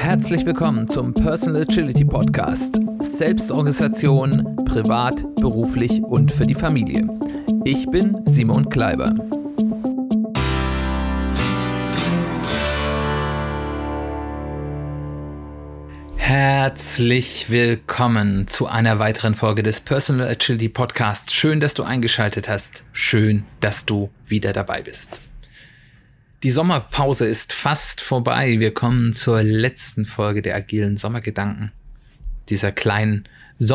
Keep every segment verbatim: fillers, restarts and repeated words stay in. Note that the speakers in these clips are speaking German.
Herzlich willkommen zum Personal Agility Podcast. Selbstorganisation, privat, beruflich und für die Familie. Ich bin Simon Kleiber. Herzlich willkommen zu einer weiteren Folge des Personal Agility Podcasts. Schön, dass du eingeschaltet hast. Schön, dass du wieder dabei bist. Die Sommerpause ist fast vorbei. Wir kommen zur letzten Folge der agilen Sommergedanken. Dieser kleinen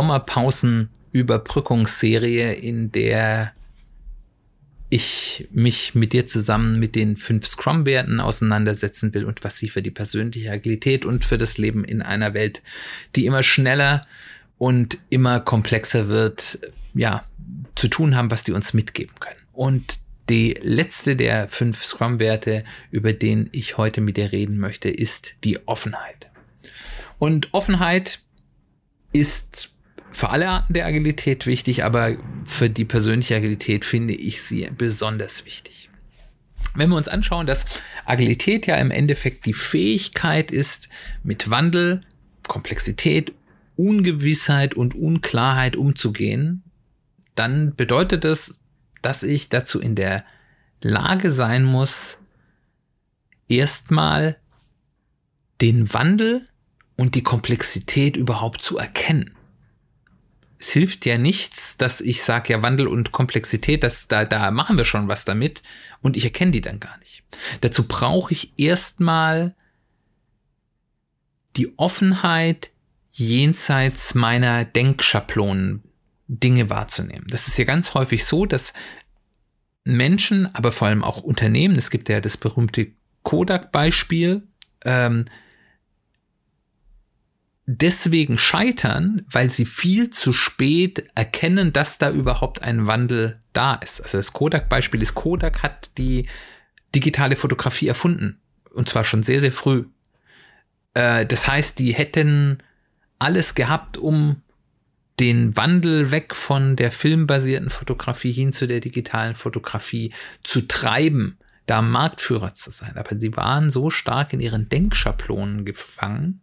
Sommerpausen-Überbrückungsserie, in der ich mich mit dir zusammen mit den fünf Scrum-Werten auseinandersetzen will und was sie für die persönliche Agilität und für das Leben in einer Welt, die immer schneller und immer komplexer wird, ja, zu tun haben, was die uns mitgeben können. Und die letzte der fünf Scrum-Werte, über den ich heute mit dir reden möchte, ist die Offenheit. Und Offenheit ist für alle Arten der Agilität wichtig, aber für die persönliche Agilität finde ich sie besonders wichtig. Wenn wir uns anschauen, dass Agilität ja im Endeffekt die Fähigkeit ist, mit Wandel, Komplexität, Ungewissheit und Unklarheit umzugehen, dann bedeutet das, dass ich dazu in der Lage sein muss, erstmal den Wandel und die Komplexität überhaupt zu erkennen. Es hilft ja nichts, dass ich sage, ja, Wandel und Komplexität, das, da, da machen wir schon was damit und ich erkenne die dann gar nicht. Dazu brauche ich erstmal die Offenheit, jenseits meiner Denkschablonen Dinge wahrzunehmen. Das ist ja ganz häufig so, dass Menschen, aber vor allem auch Unternehmen, es gibt ja das berühmte Kodak-Beispiel, ähm, deswegen scheitern, weil sie viel zu spät erkennen, dass da überhaupt ein Wandel da ist. Also das Kodak-Beispiel ist, Kodak hat die digitale Fotografie erfunden. Und zwar schon sehr, sehr früh. Äh, das heißt, die hätten alles gehabt, um den Wandel weg von der filmbasierten Fotografie hin zu der digitalen Fotografie zu treiben, da Marktführer zu sein. Aber sie waren so stark in ihren Denkschablonen gefangen,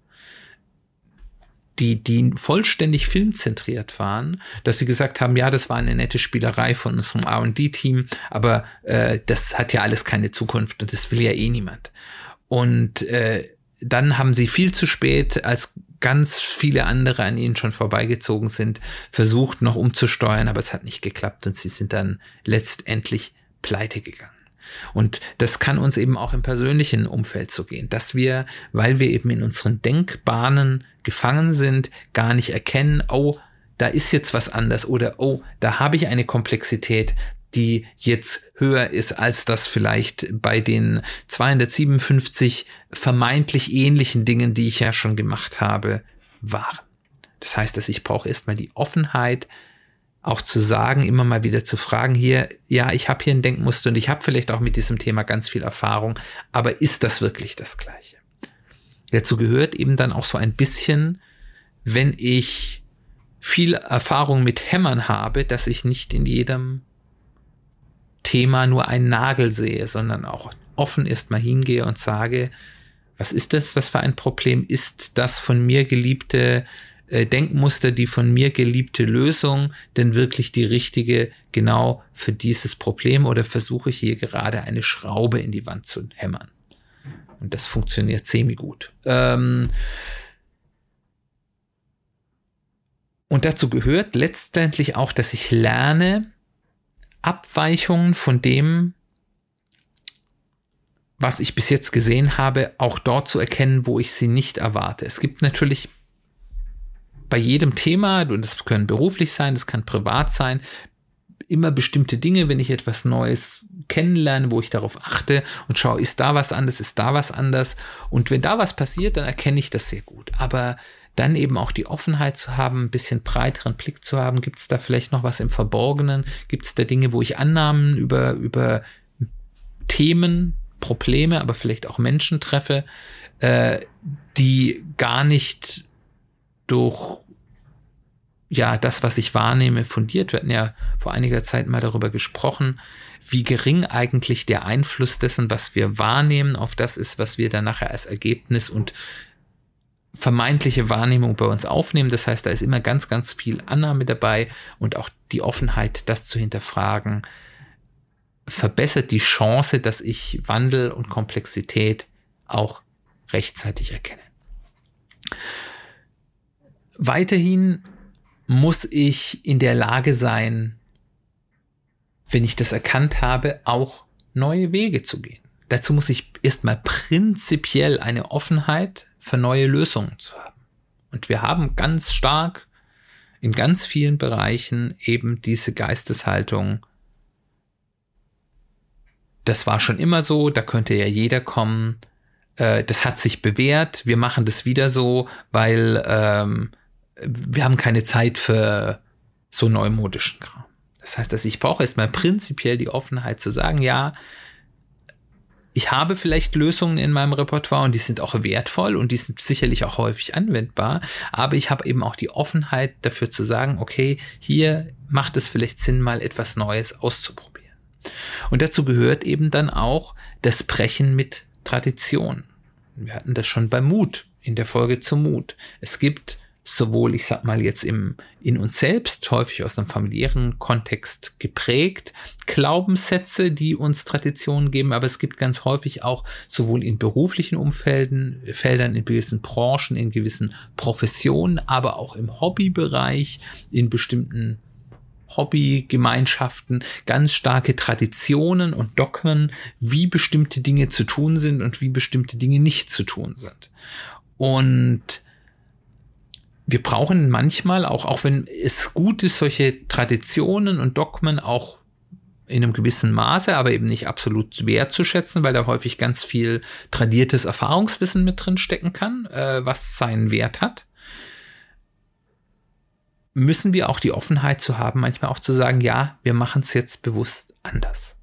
die, die vollständig filmzentriert waren, dass sie gesagt haben, ja, das war eine nette Spielerei von unserem R und D-Team, aber äh, das hat ja alles keine Zukunft und das will ja eh niemand. Und äh, dann haben sie viel zu spät, als ganz viele andere an ihnen schon vorbeigezogen sind, versucht noch umzusteuern, aber es hat nicht geklappt und sie sind dann letztendlich pleite gegangen. Und das kann uns eben auch im persönlichen Umfeld so gehen, dass wir, weil wir eben in unseren Denkbahnen gefangen sind, gar nicht erkennen, oh, da ist jetzt was anders oder oh, da habe ich eine Komplexität, die jetzt höher ist, als das vielleicht bei den zweihundertsiebenundfünfzig vermeintlich ähnlichen Dingen, die ich ja schon gemacht habe, waren. Das heißt, dass ich brauche erstmal die Offenheit, auch zu sagen, immer mal wieder zu fragen, hier, ja, ich habe hier ein Denkmuster und ich habe vielleicht auch mit diesem Thema ganz viel Erfahrung, aber ist das wirklich das Gleiche? Dazu gehört eben dann auch so ein bisschen, wenn ich viel Erfahrung mit Hämmern habe, dass ich nicht in jedem Thema nur einen Nagel sehe, sondern auch offen erstmal hingehe und sage, was ist das, das für ein Problem? Ist das von mir geliebte äh, Denkmuster, die von mir geliebte Lösung denn wirklich die richtige genau für dieses Problem oder versuche ich hier gerade eine Schraube in die Wand zu hämmern? Und das funktioniert semi-gut. Ähm und dazu gehört letztendlich auch, dass ich lerne, Abweichungen von dem, was ich bis jetzt gesehen habe, auch dort zu erkennen, wo ich sie nicht erwarte. Es gibt natürlich bei jedem Thema, und das können beruflich sein, das kann privat sein, immer bestimmte Dinge, wenn ich etwas Neues kennenlerne, wo ich darauf achte und schaue, ist da was anders, ist da was anders. Und wenn da was passiert, dann erkenne ich das sehr gut. Aber dann eben auch die Offenheit zu haben, ein bisschen breiteren Blick zu haben. Gibt es da vielleicht noch was im Verborgenen? Gibt es da Dinge, wo ich Annahmen über, über Themen, Probleme, aber vielleicht auch Menschen treffe, äh, die gar nicht durch ja das, was ich wahrnehme, fundiert. Wir hatten ja vor einiger Zeit mal darüber gesprochen, wie gering eigentlich der Einfluss dessen, was wir wahrnehmen, auf das ist, was wir dann nachher als Ergebnis und vermeintliche Wahrnehmung bei uns aufnehmen. Das heißt, da ist immer ganz, ganz viel Annahme dabei und auch die Offenheit, das zu hinterfragen, verbessert die Chance, dass ich Wandel und Komplexität auch rechtzeitig erkenne. Weiterhin muss ich in der Lage sein, wenn ich das erkannt habe, auch neue Wege zu gehen. Dazu muss ich erstmal prinzipiell eine Offenheit für neue Lösungen zu haben. Und wir haben ganz stark in ganz vielen Bereichen eben diese Geisteshaltung. Das war schon immer so, da könnte ja jeder kommen. Äh, das hat sich bewährt, wir machen das wieder so, weil ähm, wir haben keine Zeit für so neumodischen Kram. Das heißt, dass ich brauche erstmal prinzipiell die Offenheit zu sagen, ja, ich habe vielleicht Lösungen in meinem Repertoire und die sind auch wertvoll und die sind sicherlich auch häufig anwendbar, aber ich habe eben auch die Offenheit dafür zu sagen, okay, hier macht es vielleicht Sinn, mal etwas Neues auszuprobieren. Und dazu gehört eben dann auch das Brechen mit Tradition. Wir hatten das schon bei Mut, in der Folge zum Mut. Es gibt sowohl, ich sag mal jetzt im, in uns selbst, häufig aus einem familiären Kontext geprägt, Glaubenssätze, die uns Traditionen geben, aber es gibt ganz häufig auch sowohl in beruflichen Umfelden, Feldern, in gewissen Branchen, in gewissen Professionen, aber auch im Hobbybereich, in bestimmten Hobbygemeinschaften, ganz starke Traditionen und Dogmen, wie bestimmte Dinge zu tun sind und wie bestimmte Dinge nicht zu tun sind. Und wir brauchen manchmal auch, auch wenn es gut ist, solche Traditionen und Dogmen auch in einem gewissen Maße, aber eben nicht absolut wertzuschätzen, weil da häufig ganz viel tradiertes Erfahrungswissen mit drin stecken kann, äh, was seinen Wert hat, müssen wir auch die Offenheit zu haben, manchmal auch zu sagen, ja, wir machen es jetzt bewusst anders.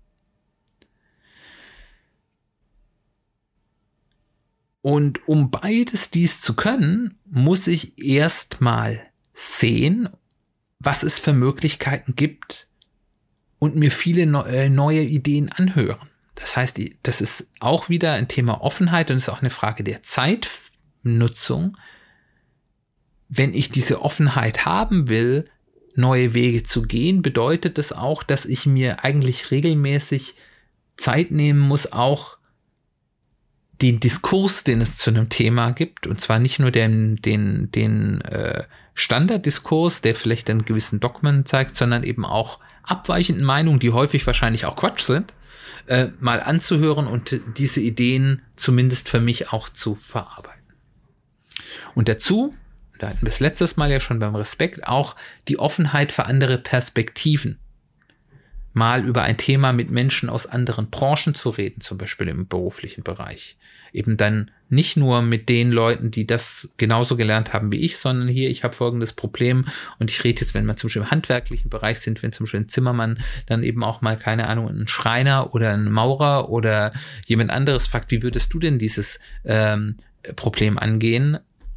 Und um beides dies zu können, muss ich erstmal sehen, was es für Möglichkeiten gibt und mir viele neue Ideen anhören. Das heißt, das ist auch wieder ein Thema Offenheit und ist auch eine Frage der Zeitnutzung. Wenn ich diese Offenheit haben will, neue Wege zu gehen, bedeutet das auch, dass ich mir eigentlich regelmäßig Zeit nehmen muss, auch den Diskurs, den es zu einem Thema gibt, und zwar nicht nur den, den, den äh, Standarddiskurs, der vielleicht einen gewissen Dogmen zeigt, sondern eben auch abweichenden Meinungen, die häufig wahrscheinlich auch Quatsch sind, äh, mal anzuhören und diese Ideen zumindest für mich auch zu verarbeiten. Und dazu, da hatten wir es letztes Mal ja schon beim Respekt, auch die Offenheit für andere Perspektiven. Mal über ein Thema mit Menschen aus anderen Branchen zu reden, zum Beispiel im beruflichen Bereich. Eben dann nicht nur mit den Leuten, die das genauso gelernt haben wie ich, sondern hier, ich habe folgendes Problem und ich rede jetzt, wenn wir zum Beispiel im handwerklichen Bereich sind, wenn zum Beispiel ein Zimmermann dann eben auch mal, keine Ahnung, ein Schreiner oder ein Maurer oder jemand anderes fragt, wie würdest du denn dieses ähm, Problem angehen?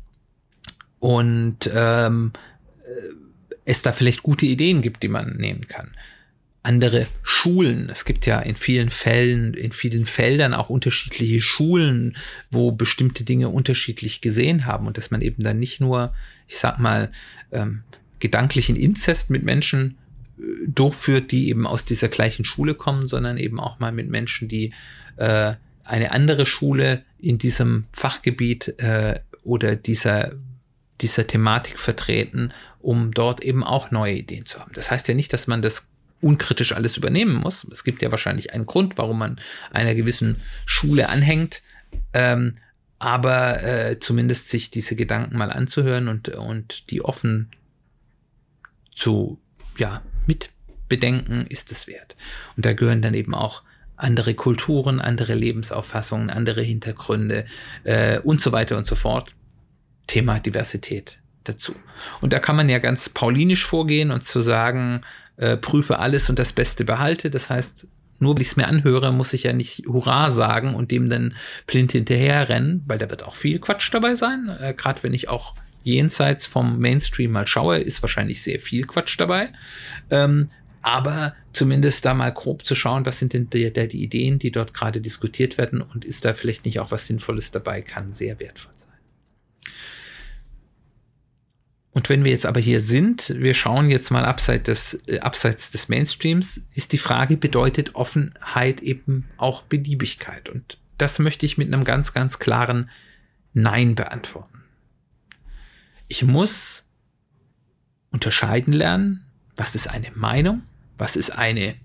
Und ähm, es da vielleicht gute Ideen gibt, die man nehmen kann. Andere Schulen. Es gibt ja in vielen Fällen, in vielen Feldern auch unterschiedliche Schulen, wo bestimmte Dinge unterschiedlich gesehen haben und dass man eben dann nicht nur, ich sag mal, ähm, gedanklichen Inzest mit Menschen äh, durchführt, die eben aus dieser gleichen Schule kommen, sondern eben auch mal mit Menschen, die äh, eine andere Schule in diesem Fachgebiet äh, oder dieser dieser Thematik vertreten, um dort eben auch neue Ideen zu haben. Das heißt ja nicht, dass man das unkritisch alles übernehmen muss. Es gibt ja wahrscheinlich einen Grund, warum man einer gewissen Schule anhängt, ähm, aber äh, zumindest sich diese Gedanken mal anzuhören und, und die offen zu, ja, mitbedenken, ist es wert. Und da gehören dann eben auch andere Kulturen, andere Lebensauffassungen, andere Hintergründe äh, und so weiter und so fort. Thema Diversität dazu. Und da kann man ja ganz paulinisch vorgehen und zu sagen, äh, prüfe alles und das Beste behalte. Das heißt, nur weil ich es mir anhöre, muss ich ja nicht Hurra sagen und dem dann blind hinterherrennen, weil da wird auch viel Quatsch dabei sein. Äh, Gerade wenn ich auch jenseits vom Mainstream mal schaue, ist wahrscheinlich sehr viel Quatsch dabei. Ähm, aber zumindest da mal grob zu schauen, was sind denn die, die Ideen, die dort gerade diskutiert werden und ist da vielleicht nicht auch was Sinnvolles dabei, kann sehr wertvoll sein. Und wenn wir jetzt aber hier sind, wir schauen jetzt mal abseits des, äh, abseits des Mainstreams, ist die Frage, bedeutet Offenheit eben auch Beliebigkeit? Und das möchte ich mit einem ganz, ganz klaren Nein beantworten. Ich muss unterscheiden lernen, was ist eine Meinung, was ist eine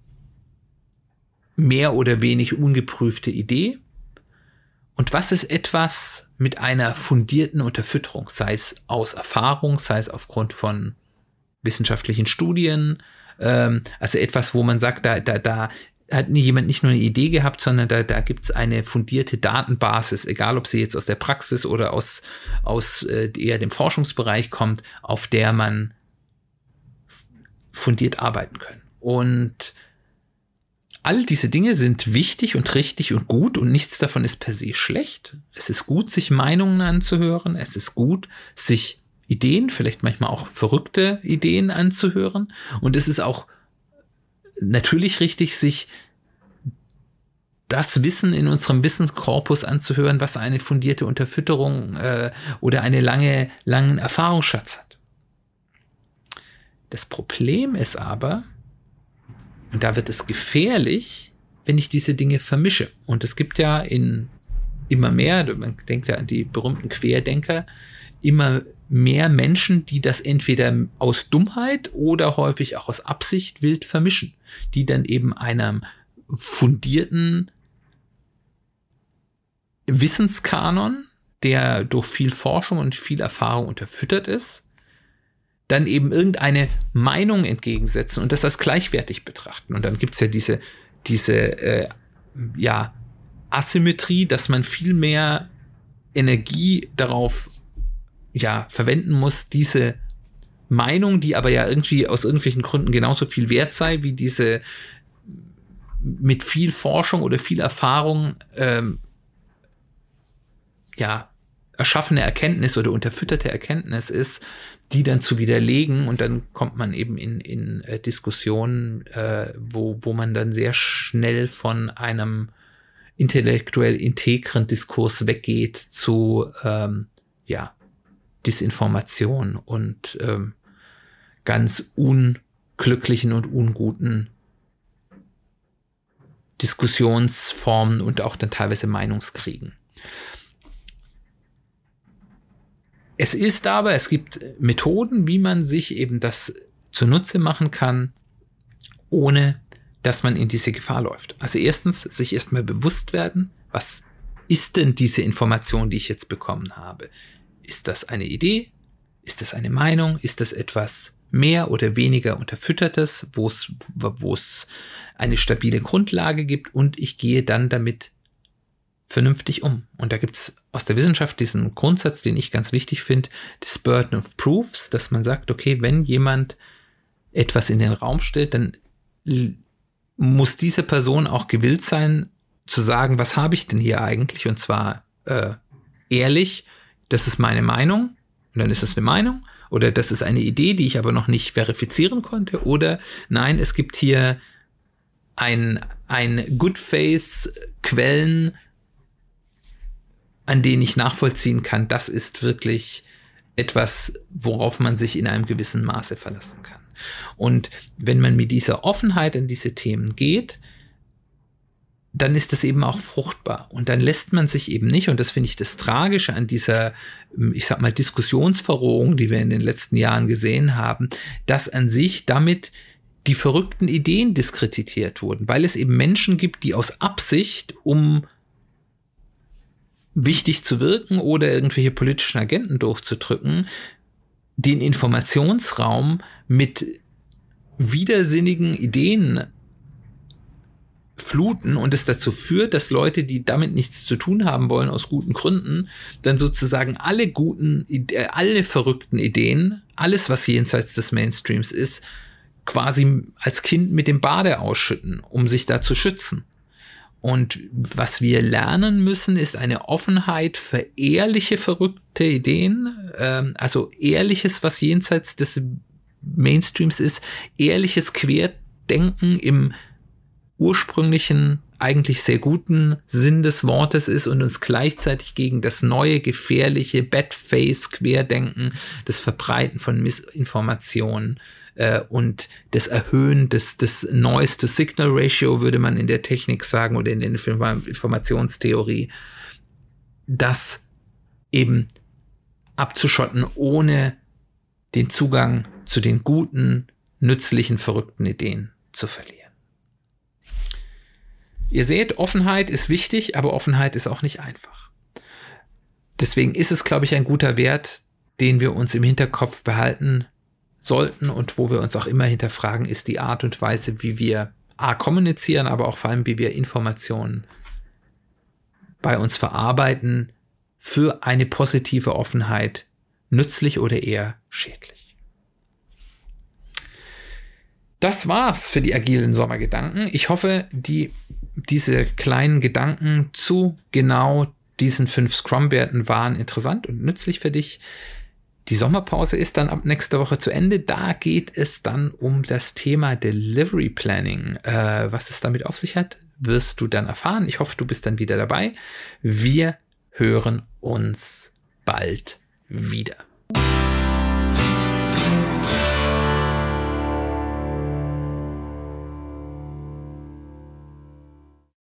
mehr oder wenig ungeprüfte Idee und was ist etwas mit einer fundierten Unterfütterung, sei es aus Erfahrung, sei es aufgrund von wissenschaftlichen Studien, ähm, also etwas, wo man sagt, da, da, da hat jemand nicht nur eine Idee gehabt, sondern da, da gibt es eine fundierte Datenbasis, egal ob sie jetzt aus der Praxis oder aus, aus äh, eher dem Forschungsbereich kommt, auf der man fundiert arbeiten kann. Und all diese Dinge sind wichtig und richtig und gut und nichts davon ist per se schlecht. Es ist gut, sich Meinungen anzuhören. Es ist gut, sich Ideen, vielleicht manchmal auch verrückte Ideen anzuhören. Und es ist auch natürlich richtig, sich das Wissen in unserem Wissenskorpus anzuhören, was eine fundierte Unterfütterung äh, oder einen lange, langen Erfahrungsschatz hat. Das Problem ist aber, und da wird es gefährlich, wenn ich diese Dinge vermische. Und es gibt ja in immer mehr, man denkt ja an die berühmten Querdenker, immer mehr Menschen, die das entweder aus Dummheit oder häufig auch aus Absicht wild vermischen, die dann eben einem fundierten Wissenskanon, der durch viel Forschung und viel Erfahrung unterfüttert ist, dann eben irgendeine Meinung entgegensetzen und das als gleichwertig betrachten. Und dann gibt es ja diese, diese äh, ja, Asymmetrie, dass man viel mehr Energie darauf ja, verwenden muss, diese Meinung, die aber ja irgendwie aus irgendwelchen Gründen genauso viel wert sei, wie diese mit viel Forschung oder viel Erfahrung ähm, ja, erschaffene Erkenntnis oder unterfütterte Erkenntnis ist, die dann zu widerlegen und dann kommt man eben in, in äh, Diskussionen, äh, wo, wo man dann sehr schnell von einem intellektuell integren Diskurs weggeht zu ähm, ja, Disinformation und ähm, ganz unglücklichen und unguten Diskussionsformen und auch dann teilweise Meinungskriegen. Es ist aber, es gibt Methoden, wie man sich eben das zunutze machen kann, ohne dass man in diese Gefahr läuft. Also erstens, sich erstmal bewusst werden, was ist denn diese Information, die ich jetzt bekommen habe? Ist das eine Idee? Ist das eine Meinung? Ist das etwas mehr oder weniger Unterfüttertes, wo es, wo es eine stabile Grundlage gibt und ich gehe dann damit vernünftig um. Und da gibt es aus der Wissenschaft diesen Grundsatz, den ich ganz wichtig finde, des Burden of Proofs, dass man sagt, okay, wenn jemand etwas in den Raum stellt, dann muss diese Person auch gewillt sein, zu sagen, was habe ich denn hier eigentlich? Und zwar äh, ehrlich, das ist meine Meinung, und dann ist es eine Meinung, oder das ist eine Idee, die ich aber noch nicht verifizieren konnte, oder nein, es gibt hier ein, ein Good-Faith-Quellen, an denen ich nachvollziehen kann, das ist wirklich etwas, worauf man sich in einem gewissen Maße verlassen kann. Und wenn man mit dieser Offenheit an diese Themen geht, dann ist das eben auch fruchtbar. Und dann lässt man sich eben nicht, und das finde ich das Tragische an dieser, ich sag mal, Diskussionsverrohung, die wir in den letzten Jahren gesehen haben, dass an sich damit die verrückten Ideen diskreditiert wurden, weil es eben Menschen gibt, die aus Absicht, um wichtig zu wirken oder irgendwelche politischen Agenten durchzudrücken, den Informationsraum mit widersinnigen Ideen fluten und es dazu führt, dass Leute, die damit nichts zu tun haben wollen, aus guten Gründen, dann sozusagen alle guten, äh, alle verrückten Ideen, alles, was jenseits des Mainstreams ist, quasi als Kind mit dem Bade ausschütten, um sich da zu schützen. Und was wir lernen müssen, ist eine Offenheit für ehrliche, verrückte Ideen, ähm, also ehrliches, was jenseits des Mainstreams ist, ehrliches Querdenken im ursprünglichen eigentlich sehr guten Sinn des Wortes ist und uns gleichzeitig gegen das neue, gefährliche Bad-Face-Querdenken, das Verbreiten von Missinformationen äh, und das Erhöhen des, des Noise-to-Signal-Ratio, würde man in der Technik sagen, oder in der Informationstheorie, das eben abzuschotten, ohne den Zugang zu den guten, nützlichen, verrückten Ideen zu verlieren. Ihr seht, Offenheit ist wichtig, aber Offenheit ist auch nicht einfach. Deswegen ist es, glaube ich, ein guter Wert, den wir uns im Hinterkopf behalten sollten und wo wir uns auch immer hinterfragen, ist die Art und Weise, wie wir A, kommunizieren, aber auch vor allem, wie wir Informationen bei uns verarbeiten, für eine positive Offenheit nützlich oder eher schädlich. Das war's für die agilen Sommergedanken. Ich hoffe, die, diese kleinen Gedanken zu genau diesen fünf Scrum-Werten waren interessant und nützlich für dich. Die Sommerpause ist dann ab nächster Woche zu Ende. Da geht es dann um das Thema Delivery Planning. Äh, was es damit auf sich hat, wirst du dann erfahren. Ich hoffe, du bist dann wieder dabei. Wir hören uns bald wieder.